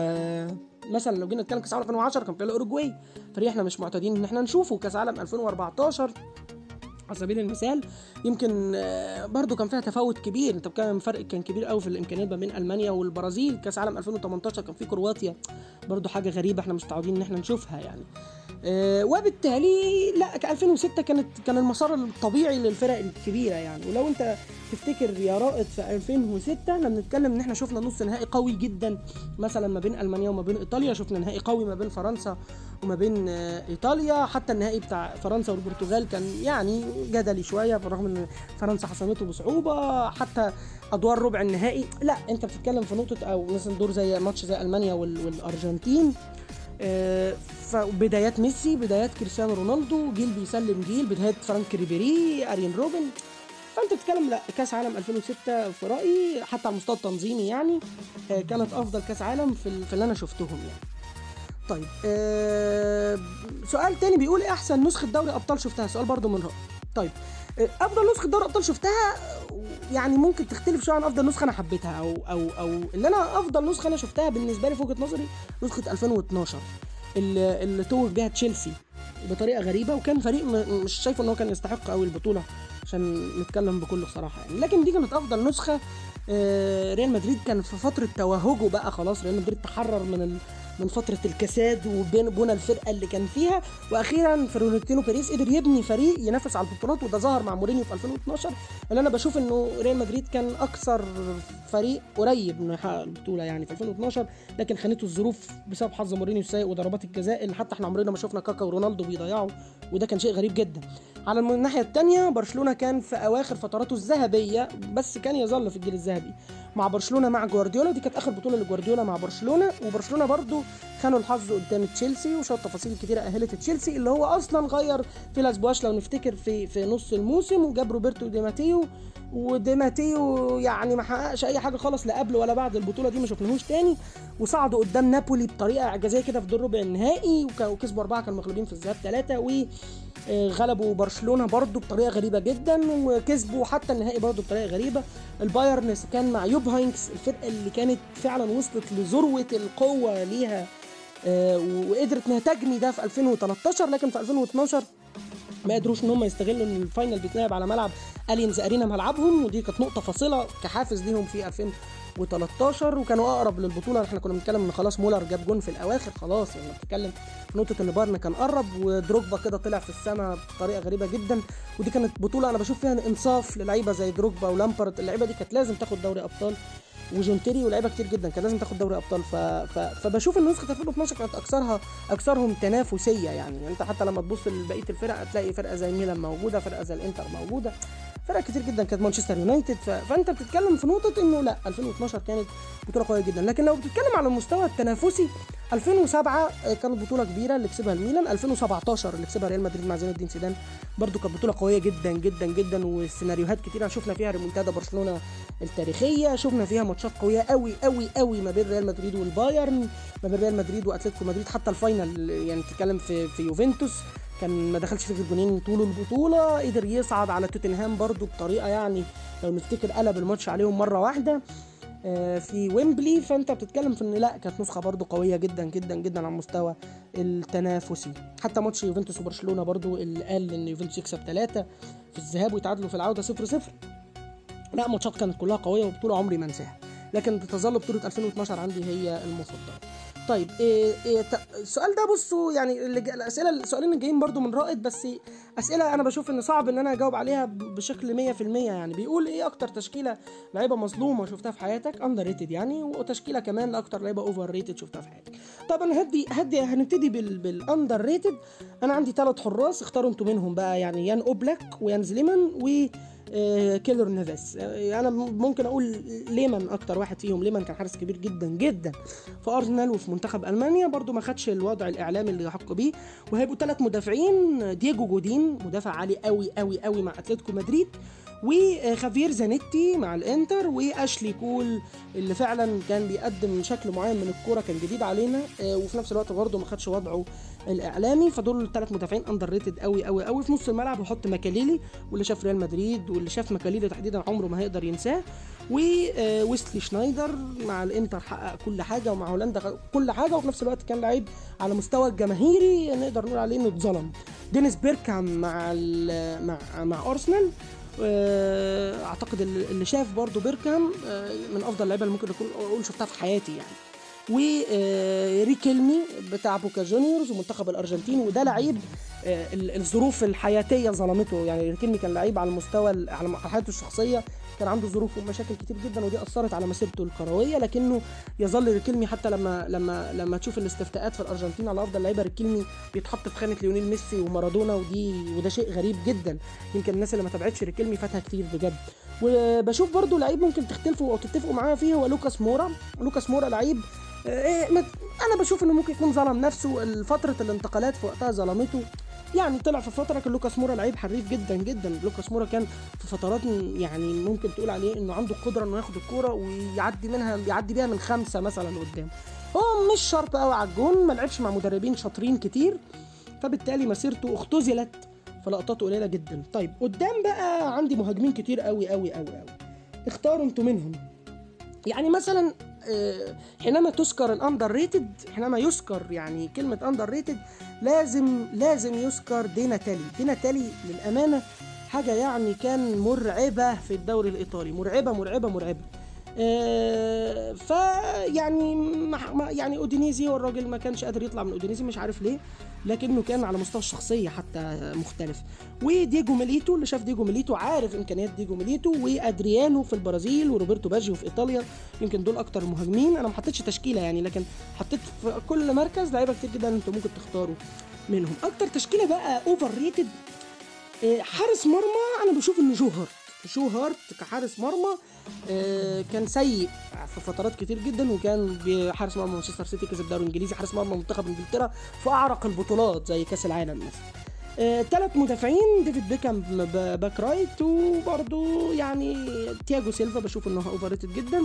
ومثلا لو جينا نتكلم كاس عالم ألفين وعشرة كان فيها الاوروجواي، فريق احنا مش معتادين ان احنا نشوفه. كاس عالم ألفين وأربعتاشر على سبيل المثال يمكن برضو كان فيها تفاوت كبير، انت بتتكلم فرق كان كبير قوي في الامكانيات ما بين المانيا والبرازيل. كاس عالم ألفين وتمنتاشر كان فيه كرواتيا، برضو حاجه غريبه احنا مش متعودين ان احنا نشوفها يعني. أه وبالتالي لا ألفين وستة كانت كان المسار الطبيعي للفرق الكبيره يعني. ولو انت تفتكر يا رائد في ألفين وستة لما بنتكلم ان احنا شفنا نص نهائي قوي جدا مثلا ما بين المانيا وما بين ايطاليا، شفنا نهائي قوي ما بين فرنسا وما بين ايطاليا، حتى النهائي بتاع فرنسا والبرتغال كان يعني جدلي شويه بالرغم ان فرنسا حسمته بصعوبه، حتى ادوار ربع النهائي لا انت بتتكلم في نقطه، او مثلا دور زي ماتش زي المانيا والارجنتين. آه فبدايات ميسي، بدايات كريستيانو رونالدو، جيل بيسلم جيل، بدايات فرانك ريبيري، ارين روبن. فانت بتتكلم لا كاس عالم ألفين وستة في رايي حتى على المستوى التنظيمي يعني آه كانت افضل كاس عالم في, في اللي انا شفتهم يعني. طيب آه سؤال تاني بيقول ايه احسن نسخه دوري ابطال شفتها؟ سؤال برضو من رأي. طيب آه افضل نسخه دوري ابطال شفتها يعني ممكن تختلف شويه عن افضل نسخه انا حبيتها او او او اللي انا افضل نسخه انا شفتها بالنسبه لي في وجهه نظري نسخه ألفين واتناشر اللي, اللي توج بيها تشيلسي بطريقه غريبه، وكان فريق مش شايفه ان هو كان يستحق قوي البطوله عشان نتكلم بكل صراحه يعني. لكن دي كانت افضل نسخه. آه ريال مدريد كان في فتره توهجه بقى خلاص، ريال مدريد تحرر من ال من فتره الكساد وبين بنى الفرقه اللي كان فيها، واخيرا فلورنتينو بيريز قدر يبني فريق ينافس على البطولات، وده ظهر مع مورينيو في ألفين واتناشر اللي انا بشوف انه ريال مدريد كان اكثر فريق قريب انه يحقق البطوله يعني في ألفين واتناشر، لكن خانته الظروف بسبب حظ مورينيو السيء وضربات الجزاء اللي حتى احنا عمرنا ما شفنا كاكا ورونالدو بيضيعوا، وده كان شيء غريب جدا. على الناحيه الثانيه برشلونه كان في اواخر فتراته الذهبيه، بس كان يظل في الجيل الذهبي مع برشلونه مع جوارديولا، دي كانت اخر بطوله لجوارديولا مع برشلونه، وبرشلونه برضو خانوا الحظ قدام تشيلسي وشويه تفاصيل كتيره اهلت تشيلسي اللي هو اصلا غير في لاس بواش لو نفتكر في في نص الموسم، وجاب روبرتو دي ماتيو، ودي ماتيو يعني ما حققش اي حاجه خالص لا قبل ولا بعد البطوله دي، ما شفناهوش تاني، وصعدوا قدام نابولي بطريقه اعجازيه كده في دور ربع النهائي وكسبوا اربعه، كانوا مغلوبين في الذهاب ثلاثه، وغلبوا برشلونه برضو بطريقه غريبه جدا، وكسبوا حتى النهائي برضو بطريقه غريبه. البايرن كان مع يوب هاينكس الفرقه اللي كانت فعلا وصلت لذروه القوه ليها آه وقدرت انها تجني ده في ألفين وتلتاشر، لكن في ألفين واتناشر ما قدروش ان هم يستغلوا ان الفاينل بيتلعب على ملعب الينز ارينا ملعبهم، ودي كانت نقطه فاصله كحافز ليهم في ألفين وتلتاشر، وكانوا اقرب للبطوله. احنا كنا بنتكلم ان خلاص مولر جاب جون في الاواخر خلاص، يعني بتتكلم في نقطه ان بايرن كان قرب، ودروجبا كده طلع في السماء بطريقه غريبه جدا. ودي كانت بطوله انا بشوف فيها انصاف للعيبه زي دروجبا ولامبرد، اللعيبه دي كانت لازم تاخد دوري ابطال، وجون تيري ولاعيبه كتير جدا كان لازم تاخد دوري ابطال. ف... ف... فبشوف ان نسخه ألفين واتناشر كانت اكثرها اكثرهم تنافسيه. يعني انت حتى لما تبص لبقيه الفرق هتلاقي فرقه زي ميلان موجوده، فرقه زي الانتر موجوده، فرق كتير جدا كانت مانشستر يونايتد. ف... فانت بتتكلم في نقطه انه لا، ألفين واتناشر كانت بطوله قويه جدا. لكن لو بتتكلم على المستوى التنافسي، ألفين وسبعة كانت بطوله كبيره اللي كسبها الميلان، ألفين وسبعتاشر اللي كسبها ريال مدريد مع زين الدين زيدان برضو كانت بطوله قويه جدا جدا جدا، والسيناريوهات كتيره شفنا فيها ريمونتادا برشلونه التاريخيه، شفنا فيها ماتشات قويه قوي قوي قوي ما بين ريال مدريد والبايرن، ما بين ريال مدريد واتلتيكو مدريد، حتى الفاينل يعني بتتكلم في في يوفنتوس كان ما دخلش فيه غير جونين طول البطوله، قدر يصعد على توتنهام برضو بطريقه يعني لو نفتكر قلب الماتش عليهم مره واحده في ويمبلي. فانت بتتكلم في ان لا، كانت نسخه برضو قويه جدا جدا جدا على المستوى التنافسي. حتى ماتش يوفنتوس وبرشلونه برضو اللي قال ان يوفنتوس يكسب ثلاثة في الذهاب ويتعادلوا في العوده صفر صفر، لا ماتشات كانت كلها قويه وبطوله عمري ما انساها. لكن بتظل بطوله ألفين واتناشر عندي هي المفضله. طيب إيه إيه السؤال ده بصوا يعني الاسئله السؤالين الجايين برضو من رائد، بس اسئله انا بشوف ان صعب ان انا اجاوب عليها بشكل مية في المية. يعني بيقول ايه اكتر تشكيله لعيبه مظلومه شفتها في حياتك، اندر ريتد يعني، وتشكيله كمان لاكتر لعيبه اوفر ريتد شفتها في حياتك. طب انا هدي هدي هنبتدي بال بالاندر ريتد. انا عندي ثلاث حراس، اختاروا انتوا منهم بقى، يعني يان اوبلاك ويان زليمان و آه كيلر نيفيس. آه انا ممكن اقول ليمان اكتر واحد فيهم. ليمان كان حارس كبير جدا جدا في ارسنال وفي منتخب المانيا، برضو ما خدش الوضع الاعلامي اللي يحق بيه. وهيبقوا ثلاث مدافعين، دييجو جودين مدافع عالي قوي قوي قوي مع اتلتيكو مدريد، وخافير زانيتي مع الانتر، واشلي كول اللي فعلا كان بيقدم شكل معين من الكوره كان جديد علينا، آه وفي نفس الوقت برضو ما خدش وضعه الاعلامي. فدول الثلاث مدافعين اندر ريتد قوي قوي قوي. في نص الملعب بحط ماكاليلي، واللي شاف ريال مدريد واللي شاف ماكاليلي تحديدا عمره ما هيقدر ينساه. وويسلي شنايدر مع الانتر حقق كل حاجه، ومع هولندا كل حاجه، وفي نفس الوقت كان لعيب على مستوى الجماهيري نقدر نقول عليه انه اتظلم. دينيس بيركام مع مع مع ارسنال، اعتقد اللي شاف برضو بيركام من افضل اللعيبه اللي ممكن اقول شفتها في حياتي يعني. وريكيلمي بتاع بوكا جونيورز ومنتخب الارجنتين، وده لعيب الظروف الحياتيه ظلمته. يعني ريكيلمي كان لعيب على المستوى على حياته الشخصيه كان عنده ظروف ومشاكل كتير جدا، ودي اثرت على مسيرته الكرويه، لكنه يظل ريكيلمي حتى لما لما لما تشوف الاستفتاءات في الارجنتين على افضل لعيبه، ريكيلمي بيتحط في خانه ليونيل ميسي ومارادونا، ودي وده شيء غريب جدا. يمكن الناس اللي ما تابعتش ريكيلمي فاتها كتير بجد. وبشوف برضو لعيب ممكن تختلفوا او تتفقوا معايا فيه هو لوكاس مورا. لوكاس مورا لعيب إيه انا بشوف انه ممكن يكون ظلم نفسه، فتره الانتقالات في وقتها ظلمته، يعني طلع في فتره كان لوكاس مورا لعيب حريف جدا جدا. لوكاس مورا كان في فترات يعني ممكن تقول عليه انه عنده القدره انه ياخد الكوره ويعدي منها يعدي بيها من خمسه مثلا قدام. هو مش شرط قوي على الجون، ما لعبش مع مدربين شاطرين كتير، فبالتالي مسيرته اختزلت في لقطات قليله جدا. طيب قدام بقى عندي مهاجمين كتير قوي قوي قوي قوي، اختاروا انتوا منهم. يعني مثلا حينما تذكر الاندر ريتد، حينما يذكر يعني كلمه اندر ريتد لازم لازم يذكر دي ناتالي. دي ناتالي للامانه حاجه يعني كان مرعبه في الدوري الايطالي، مرعبه مرعبه مرعبه. آه فيعني يعني اودينيزي والراجل ما كانش قادر يطلع من اودينيزي مش عارف ليه، لكنه كان على مستوى الشخصيه حتى مختلف. ودييجو ميليتو، اللي شاف دييجو ميليتو عارف امكانيات دييجو ميليتو، وادريانو في البرازيل، وروبرتو باجيو في ايطاليا. يمكن دول اكتر المهاجمين. انا ما حطيتش تشكيله يعني، لكن حطيت في كل مركز لعيبه كتير جدا انتوا ممكن تختاروا منهم. اكتر تشكيله بقى اوفر ريتد حارس مرمى، انا بشوف انه جو هارت. جو هارت كحارس مرمى كان سيء في فترات كتير جدا، وكان حارس مرمى مانشستر سيتي، كسب دوري انجليزي، حارس مرمى منتخب انجلترا في اعرق البطولات زي كاس العالم مثلا. ثلاث مدافعين، ديفيد بيكام باك رايت، وبرده يعني تياجو سيلفا بشوف انه اوفر ريتد جدا،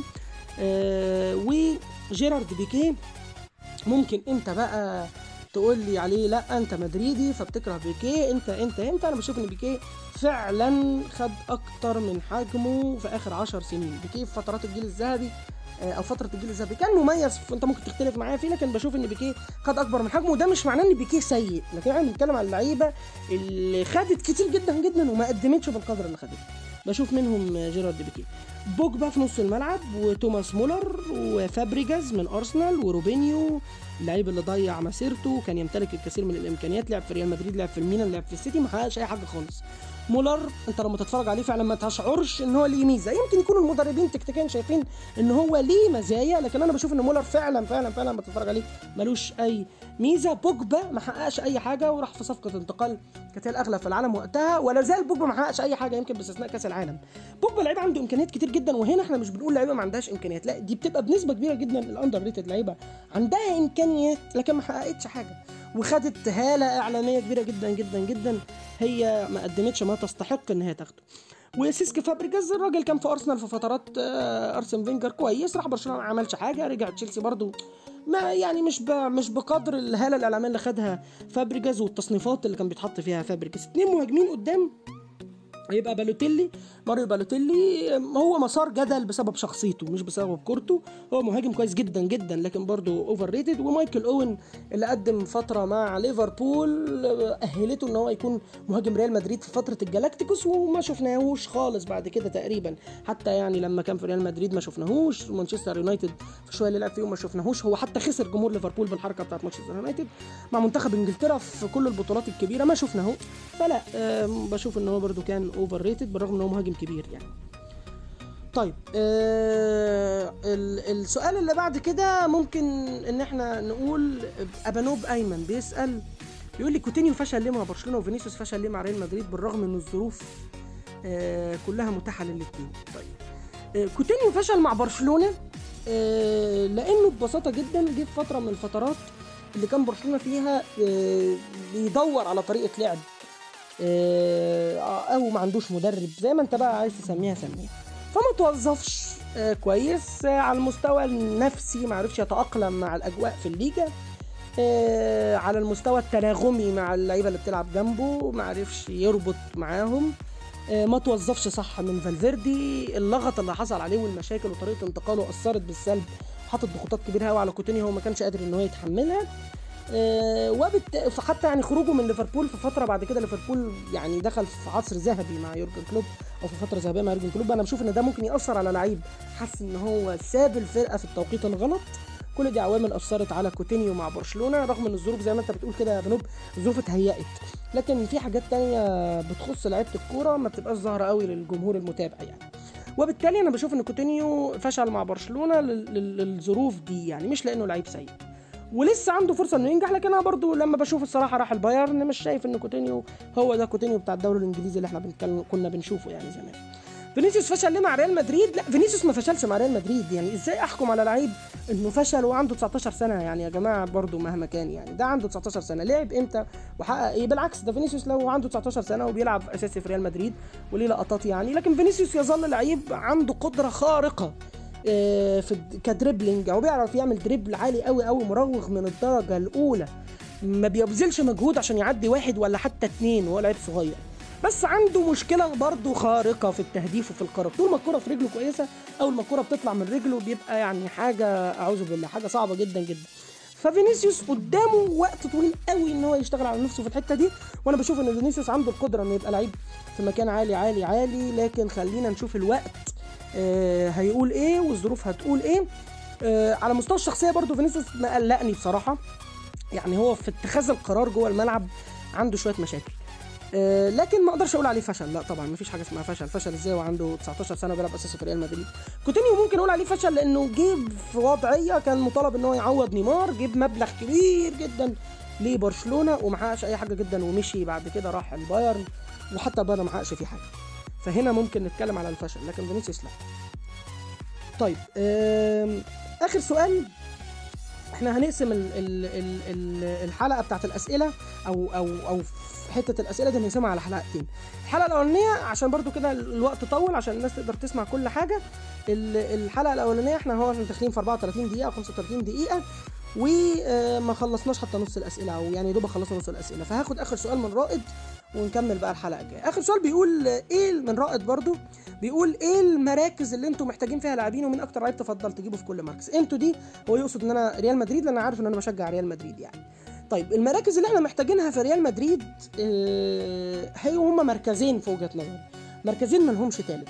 وجيرارد بيكيه. ممكن انت بقى تقول لي عليه لا انت مدريدي فبتكره بيكيه، انت انت انت انا بشوف ان بيكيه فعلا خد اكتر من حجمه في اخر عشر سنين. بيكيه في فترات الجيل الذهبي او فتره الجيل الذهبي كان مميز، انت ممكن تختلف معايا فيه، لكن بشوف ان بيكيه خد اكبر من حجمه. وده مش معناه ان بيكيه سيء، لكن احنا بنتكلم على اللعيبه اللي خدت كتير جدا جدا وما قدمتش بالقدر اللي خدته. بشوف منهم جيرارد بيكيه. بوجبا في نص الملعب، وتوماس مولر، وفابريجاز من ارسنال، وروبينيو اللعيب اللي ضيع مسيرته، كان يمتلك الكثير من الامكانيات، لعب في ريال مدريد، لعب في الميلان، لعب في السيتي، ما حققش اي حاجه خالص. مولر انت لما تتفرج عليه فعلا ما تشعرش ان هو ليه ميزه، يمكن يكونوا المدربين تكتيكيا شايفين ان هو ليه مزايا، لكن انا بشوف ان مولر فعلا فعلا فعلا لما تتفرج عليه ملوش اي ميزه. بوجبا ما حققش اي حاجه وراح في صفقه انتقال كانت هي الاغلى في العالم وقتها، ولا زال بوجبا ما حققش اي حاجه يمكن باستثناء كاس العالم. بوجبا لعيب عنده امكانيات كتير جدا، وهنا احنا مش بنقول لعيبه ما عندهاش امكانيات، لا دي بتبقى بنسبه كبيره جدا الاندر ريتد، لعيبه عندها امكانيات لكن ما حققتش حاجه، وخدت هاله اعلانيه كبيره جدا جدا جدا هي ما قدمتش ما تستحق ان هي تاخده. وسيسك فابريجاز الراجل كان في ارسنال في فترات ارسن فينجر كويس، راح برشلونه ما عملش حاجه، رجع تشيلسي برضو ما يعني مش مش بقدر الهاله الاعلاميه اللي خدها فابريجاز والتصنيفات اللي كان بيتحط فيها فابريجاز. اتنين مهاجمين قدام هيبقى بالوتيلي، ماريو بالوتيلي، هو مسار جدل بسبب شخصيته مش بسبب كورته، هو مهاجم كويس جدا جدا لكن برضه اوفر ريتد. ومايكل اوين اللي قدم فتره مع ليفربول اهلته ان هو يكون مهاجم ريال مدريد في فتره الجالاكتيكوس، وما شفناهوش خالص بعد كده تقريبا، حتى يعني لما كان في ريال مدريد ما شفناهوش، مانشستر يونايتد في شويه اللي لعب فيهم ما شفناهوش، هو حتى خسر جمهور ليفربول بالحركه بتاعت مانشستر يونايتد. مع منتخب انجلترا في كل البطولات الكبيره ما شفناهوش، فلا بشوف ان هو برضه كان اوفر ريتد بالرغم ان هو مهاجم كبير يعني. طيب آه السؤال اللي بعد كده ممكن ان احنا نقول ابانوب ايمن بيسال، بيقول لي كوتينيو فشل ليه مع برشلونه وفينيسيوس فشل ليه مع ريال مدريد بالرغم ان الظروف آه كلها متاحه للاثنين. طيب آه كوتينيو فشل مع برشلونه آه لانه ببساطه جدا جه في فتره من الفترات اللي كان برشلونه فيها آه بيدور على طريقه لعب او ما عندوش مدرب زي ما انت بقى عايز تسميها سميها، فما توظفش كويس على المستوى النفسي، ما عرفش يتأقلم مع الاجواء في الليجا، على المستوى التناغمي مع اللعيبه اللي بتلعب جنبه ما عرفش يربط معاهم، ما توظفش صح من فالفيردي، اللغط اللي حصل عليه والمشاكل وطريقه انتقاله اثرت بالسلب، حطت ضغوطات كبيره قوي على كوتينيو هو ما كانش قادر ان هو يتحملها. أه وبت... فحتى يعني خروجه من ليفربول في فتره بعد كده ليفربول يعني دخل في عصر ذهبي مع يورجن كلوب او في فتره ذهبيه مع يورجن كلوب، انا بشوف ان ده ممكن ياثر على لعيب حس ان هو ساب الفرقه في التوقيت الغلط. كل دي عوامل اثرت على كوتينيو مع برشلونه، رغم ان الظروف زي ما انت بتقول كده يا بنوب الظروف اتهيأت، لكن في حاجات تانية بتخص لعيبه الكوره ما بتبقاش ظاهره قوي للجمهور المتابع يعني. وبالتالي انا بشوف ان كوتينيو فشل مع برشلونه للظروف دي يعني، مش لانه لعيب سيء ولسه عنده فرصه انه ينجح، لكن انا برضو لما بشوف الصراحه راح البايرن مش شايف ان كوتينيو هو ده كوتينيو بتاع الدوري الانجليزي اللي احنا بنتكلم كنا بنشوفه يعني زمان. فينيسيوس فشل ليه مع ريال مدريد؟ لا فينيسيوس ما فشلش مع ريال مدريد، يعني ازاي احكم على لعيب انه فشل وعنده تسعتاشر سنه يعني يا جماعه برضو مهما كان يعني، ده عنده تسعتاشر سنه لعب امتى وحقق ايه؟ بالعكس ده فينيسيوس لو عنده تسعتاشر سنه وبيلعب اساسي في ريال مدريد وليه لقطات يعني، لكن فينيسيوس يظل لعيب عنده قدره خارقه في كدريبلينج او بيعرف يعمل دريبل عالي قوي قوي مراوغ من الدرجه الاولى، ما بيبذلش مجهود عشان يعدي واحد ولا حتى اتنين وهو لعيب صغير، بس عنده مشكله برضه خارقه في التهديف وفي القرب، طول ما الكره في رجله كويسه اول ما الكره بتطلع من رجله بيبقى يعني حاجه اعوذ بالله حاجه صعبه جدا جدا. ففينيسيوس قدامه وقت طويل قوي ان هو يشتغل على نفسه في الحته دي، وانا بشوف ان فينيسيوس عنده القدره انه يبقى لعيب في مكان عالي عالي عالي، لكن خلينا نشوف الوقت آه هيقول ايه والظروف هتقول ايه. آه على مستوى الشخصيه برضو فينيسيوس مقلقني بصراحه، يعني هو في اتخاذ القرار جوه الملعب عنده شويه مشاكل، آه لكن ما اقدرش اقول عليه فشل، لا طبعا ما فيش حاجه اسمها فشل، فشل ازاي وعنده تسعتاشر سنه بيلعب اساسي في ريال مدريد. كوتينيو ممكن اقول عليه فشل لانه جيب في وضعيه كان مطالب ان هو يعوض نيمار، جيب مبلغ كبير جدا لبرشلونه وما حققش اي حاجه جدا ومشي بعد كده راح البايرن وحتى البايرن ما حققش فيه حاجه، فهنا ممكن نتكلم على الفشل، لكن فينيسيوس لا. طيب اخر سؤال، احنا هنقسم ال ال ال الحلقه بتاعت الاسئله او او او حته الاسئله دي هنقسمها على حلقتين. الحلقه الاولانيه عشان برضو كده الوقت طول عشان الناس تقدر تسمع كل حاجه، الحلقه الاولانيه احنا هو احنا داخلين في اربعة وتلاتين دقيقه او خمسة وتلاتين دقيقه وما خلصناش حتى نص الاسئله او يعني دوب خلصنا نص الاسئله، فهاخد اخر سؤال من رائد ونكمل بقى الحلقه الجايه. اخر سؤال بيقول ايه من رائد برضو، بيقول ايه المراكز اللي انتم محتاجين فيها لاعبين ومين اكتر لعيب تفضل تجيبه في كل مركز؟ انتوا دي هو يقصد ان انا ريال مدريد لان انا عارف ان انا بشجع ريال مدريد يعني. طيب المراكز اللي احنا محتاجينها في ريال مدريد اه هي هم مركزين في وجهه نظري. مركزين ما لهمش تالت.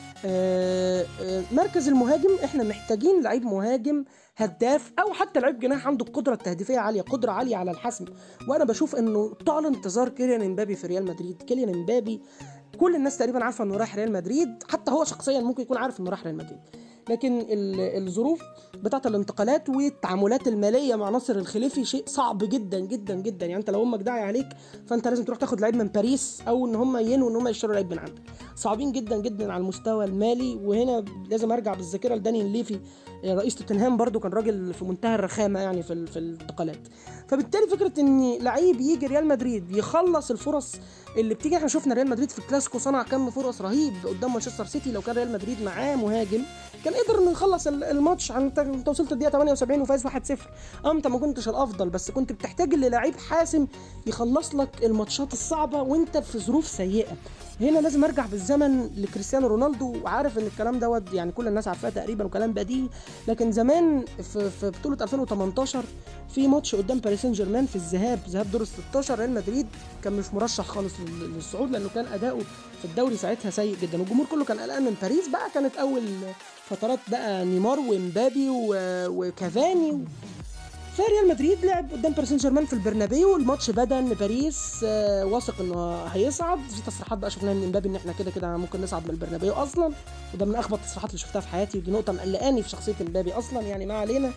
آه آه مركز المهاجم احنا محتاجين لعيب مهاجم هداف، او حتى لعيب جناح عنده القدره التهديفيه عاليه، قدره عاليه على الحسم. وانا بشوف انه طال انتظار كيليان امبابي في ريال مدريد. كيليان امبابي كل الناس تقريبا عارفه انه رايح ريال مدريد، حتى هو شخصيا ممكن يكون عارف انه رايح ريال مدريد، لكن الظروف بتاعه الانتقالات والتعاملات الماليه مع ناصر الخليفي شيء صعب جدا جدا جدا. يعني انت لو امك داعي عليك فانت لازم تروح تاخد لعيب من باريس، او ان هم ينوا ان هم يشتروا لعيب من عندك. صعبين جدا جدا على المستوى المالي. وهنا لازم ارجع بالذاكره لدانيال ليفي رئيس توتنهام، برضو كان راجل في منتهى الرخامه يعني في في الانتقالات. فبالتالي فكره ان لعيب يجي ريال مدريد يخلص الفرص اللي بتيجي، احنا شفنا ريال مدريد في الكلاسيكو صنع كم فرص رهيب قدام مانشستر سيتي. لو كان ريال مدريد معاه مهاجم كان قدر انه يخلص الماتش. انت وصلت الدقيقه ثمانية وسبعين وفايز واحد صفر. اه انت ما كنتش الافضل، بس كنت بتحتاج للاعب حاسم يخلص لك الماتشات الصعبه وانت في ظروف سيئه. هنا لازم ارجع بالزمن لكريستيانو رونالدو، وعارف ان الكلام دوت يعني كل الناس عارفاه تقريبا وكلام بديهي، لكن زمان في, في بطوله ألفين وتمنتاشر في ماتش قدام باريس سان جيرمان في الذهاب، ذهاب دور ستاشر، ريال مدريد كان مش مرشح خالص للصعود لانه كان اداؤه في الدوري ساعتها سيء جدا، والجمهور كله كان قلقان من باريس. بقى كانت اول فترات بقى نيمار ومبابي وكافاني. فريال مدريد لعب قدام باريس سان جيرمان في البرنابيو، الماتش بدا ان باريس آه واثق انه هيصعد. في تصريحات بقى شفناها من امبابي ان احنا كده كده ممكن نصعد من البرنابيو اصلا، وده من اخبط التصريحات اللي شفتها في حياتي، ودي نقطه مقلقاني في شخصيه امبابي اصلا يعني. ما علينا.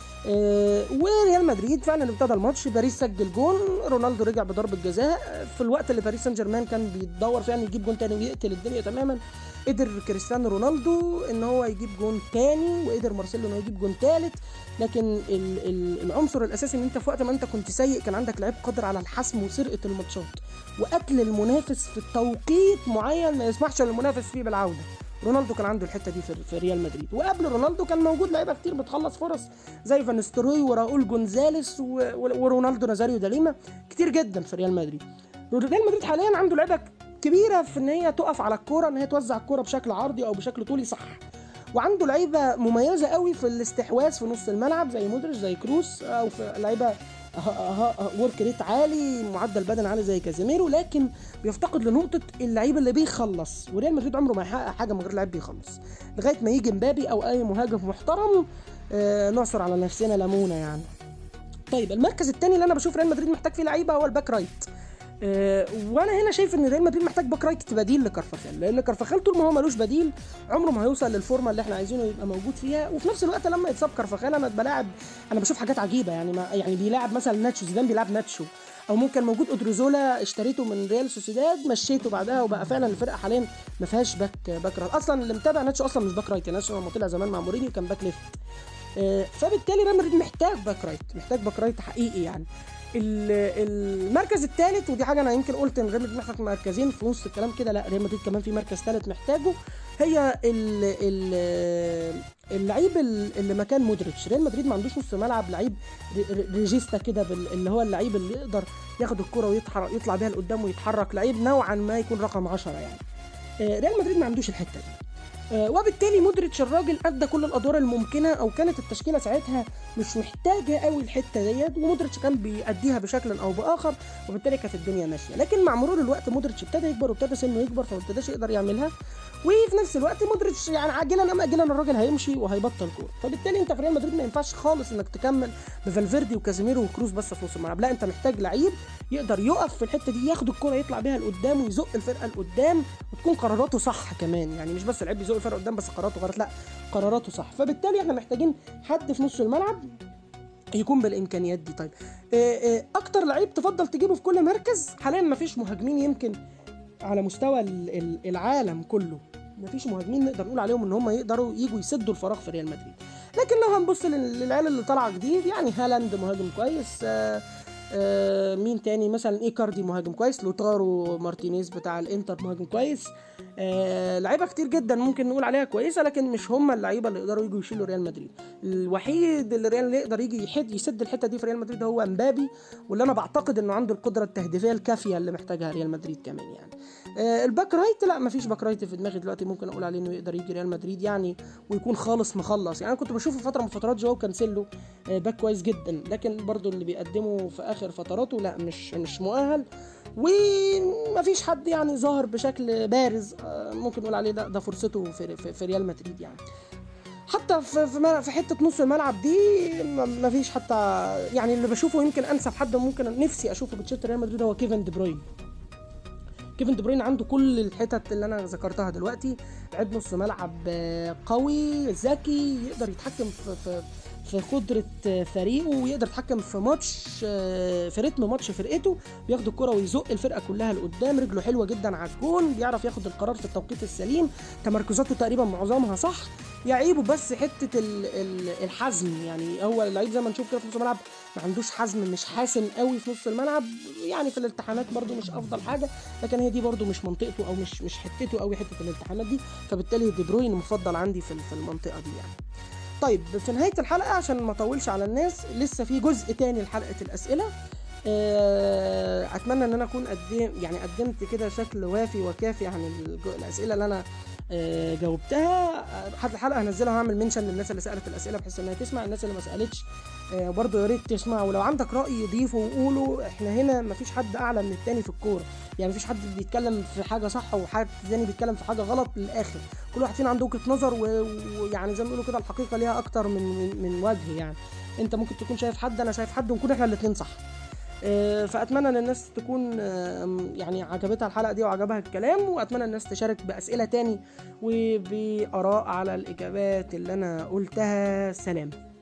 آه وريال مدريد فعلا ابتدى الماتش، باريس سجل جون، رونالدو رجع بضربه جزاء في الوقت اللي باريس سان جيرمان كان بيدور فعلا يجيب جون تاني ويقتل الدنيا تماما. قدر كريستيانو رونالدو ان هو يجيب جون تاني، وقدر مارسيلو انه يجيب جون تالت. لكن ال ال العنصر الاساسي ان انت في وقت ما انت كنت سيء كان عندك لعيب قادر على الحسم وسرقه الماتشات وقتل المنافس في توقيت معين ما يسمحش للمنافس فيه بالعوده. رونالدو كان عنده الحته دي في, في ريال مدريد. وقبل رونالدو كان موجود لعيبه كتير بتخلص فرص زي فان ستروي وراؤول جونزاليس ورونالدو نازاريو داليما، كتير جدا في ريال مدريد. ريال مدريد حاليا عنده لعيبه كبيره في ان هي تقف على الكوره، ان هي توزع الكوره بشكل عرضي او بشكل طولي صح، وعنده لعيبه مميزه قوي في الاستحواذ في نص الملعب زي مودريتش زي كروس، او في لعيبه ورك ريت عالي، معدل بدن عالي زي كازيميرو، لكن بيفتقد لنقطه اللعيب اللي بيخلص. وريال مدريد عمره ما يحقق حاجه من غير لعيب بيخلص لغايه ما يجي مبابي او اي مهاجم محترم آه نعصر على نفسنا ليمونه يعني. طيب المركز الثاني اللي انا بشوف ريال مدريد محتاج فيه لعيبه هو الباك رايت. أه وانا هنا شايف ان ريال مدريد محتاج باك رايت بديل لكارفاخال، لان كارفاخال طول ما هو ملوش بديل عمره ما هيوصل للفورمه اللي احنا عايزينه يبقى موجود فيها. وفي نفس الوقت لما يتصاب كارفاخال انا بلاعب انا بشوف حاجات عجيبه يعني. ما يعني بيلاعب مثلا ناتشو، زيدان بيلعب ناتشو، او ممكن موجود اودريزولا اشتريته من ريال سوسيداد مشيته بعدها، وبقى فعلا الفرقه حاليا ما فيهاش باك باك رايت اصلا. اللي متابع ناتشو اصلا مش باك رايت، ناتشو لما طلع زمان مع مورينيو كان باك ليفت. أه فبالتالي ريال مدريد محتاج باك رايت، محتاج باك رايت حقيقي يعني. المركز الثالث، ودي حاجه انا يمكن قلت ان ريال مدريد محتاج مركزين في نص الكلام كده، لا ريال مدريد كمان في مركز ثالث محتاجه، هي اللعيب اللي مكان مودريتش. ريال مدريد ما عندوش نص ملعب لعيب ريجيستا كده اللي هو اللعيب اللي يقدر ياخد الكره ويطلع يطلع بيها لقدام ويتحرك، لعيب نوعا ما يكون رقم عشرة يعني. ريال مدريد ما عندوش الحته دي، وبالتالي مودريتش الراجل ادى كل الادوار الممكنه، او كانت التشكيله ساعتها مش محتاجه قوي الحته ديت، ومودريتش كان بيأديها بشكل او باخر، وبالتالي كانت الدنيا ماشيه. لكن مع مرور الوقت مودريتش ابتدى يكبر وابتدى سنه يكبر، فما ابتداش يقدر يعملها. وفي نفس الوقت مودريتش يعني عاجلا ام اجلا الراجل هيمشي وهيبطل كوره، فبالتالي انت في ريال مدريد ما ينفعش خالص انك تكمل بفالفيردي وكازيميرو وكروس بس في نص الملعب، لا انت محتاج لعيب يقدر يقف في الحته دي، ياخد الكوره يطلع بيها لقدام ويزق الفرقه لقدام، وتكون قراراته صح كمان يعني، مش بس لعيب بيزق الفرقه قدام بس قراراته غلط، لا قراراته صح. فبالتالي احنا محتاجين حد في نص الملعب يكون بالامكانيات دي. طيب اكتر لعيب تفضل تجيبه في كل مركز؟ حاليا مفيش مهاجمين يمكن على مستوى العالم كله، مفيش مهاجمين نقدر نقول عليهم ان هم يقدروا يجوا يسدوا الفراغ في ريال مدريد. لكن لو هنبص للعيال اللي طالعه جديد يعني هالاند مهاجم كويس، آآ آآ مين تاني مثلا ايكاردي مهاجم كويس، لوتارو مارتينيز بتاع الانتر مهاجم كويس، لعيبه كتير جدا ممكن نقول عليها كويسه، لكن مش هم اللعيبه اللي يقدروا يجوا يشيلوا ريال مدريد. الوحيد اللي ريال يقدر يجي يحد يسد الحته دي في ريال مدريد هو امبابي، واللي انا بعتقد انه عنده القدره التهديفيه الكافيه اللي محتاجها ريال مدريد كمان يعني. آه الباك رايت لا مفيش باك رايت في دماغي دلوقتي ممكن اقول عليه انه يقدر يجي ريال مدريد يعني ويكون خالص مخلص يعني. انا كنت بشوف في فتره من فترات جواو كانسيلو آه باك كويس جدا، لكن برضو اللي بيقدمه في اخر اخر فتراته لا مش مش مؤهل، ومفيش حد يعني ظاهر بشكل بارز ممكن نقول عليه ده ده فرصته في في, في ريال مدريد يعني. حتى في في, في حته نص الملعب دي مفيش حتى يعني اللي بشوفه يمكن انسب حد ممكن نفسي اشوفه بتشيرت ريال مدريد هو كيفن دي بروين. كيفن دي بروين عنده كل الحتت اللي انا ذكرتها دلوقتي، لعيب نص ملعب قوي ذكي، يقدر يتحكم في في في قدرة فريقه، ويقدر يتحكم في ماتش في رتم ماتش فرقته، بياخد الكرة ويزق الفرقة كلها لقدام، رجله حلوة جدا على الجون، بيعرف ياخد القرار في التوقيت السليم، تمركزاته تقريبا معظمها صح. يعيبه بس حتة الحزم، يعني هو اللعيب زي ما نشوف كده في نص الملعب ما عندوش حزم، مش حاسم قوي في نص الملعب، يعني في الالتحامات برضو مش افضل حاجة، لكن هي دي برضو مش منطقته او مش مش حتته قوي حتة الالتحامات دي، فبالتالي دي بروين مفضل عندي في في المنطقة دي يعني. طيب في نهاية الحلقة عشان ما اطولش على الناس، لسه في جزء تاني لحلقة الأسئلة، اتمنى ان انا اكون قدم يعني قدمت كده شكل وافي وكافي عن الأسئلة اللي انا جاوبتها. حتى الحلقة هنزلها وهعمل منشن للناس اللي سألت الأسئلة بحيث انها تسمع، الناس اللي ما سألتش برضو يا ريت تسمع، ولو عندك رأي يضيفه وقوله. احنا هنا مفيش حد اعلى من التاني في الكورة، يعني مفيش حد بيتكلم في حاجة صح وحد تاني بيتكلم في حاجة غلط للآخر، كل واحد فينا عنده وجهة نظر، ويعني زي ما بيقولوا كده الحقيقة ليها اكتر من من وجه، يعني انت ممكن تكون شايف حد، انا شايف حد، ونكون احنا الاتنين صح. فاتمنى ان الناس تكون يعني عجبتها الحلقه دي وعجبها الكلام، واتمنى الناس تشارك باسئله تاني وباراء على الاجابات اللي انا قلتها. سلام.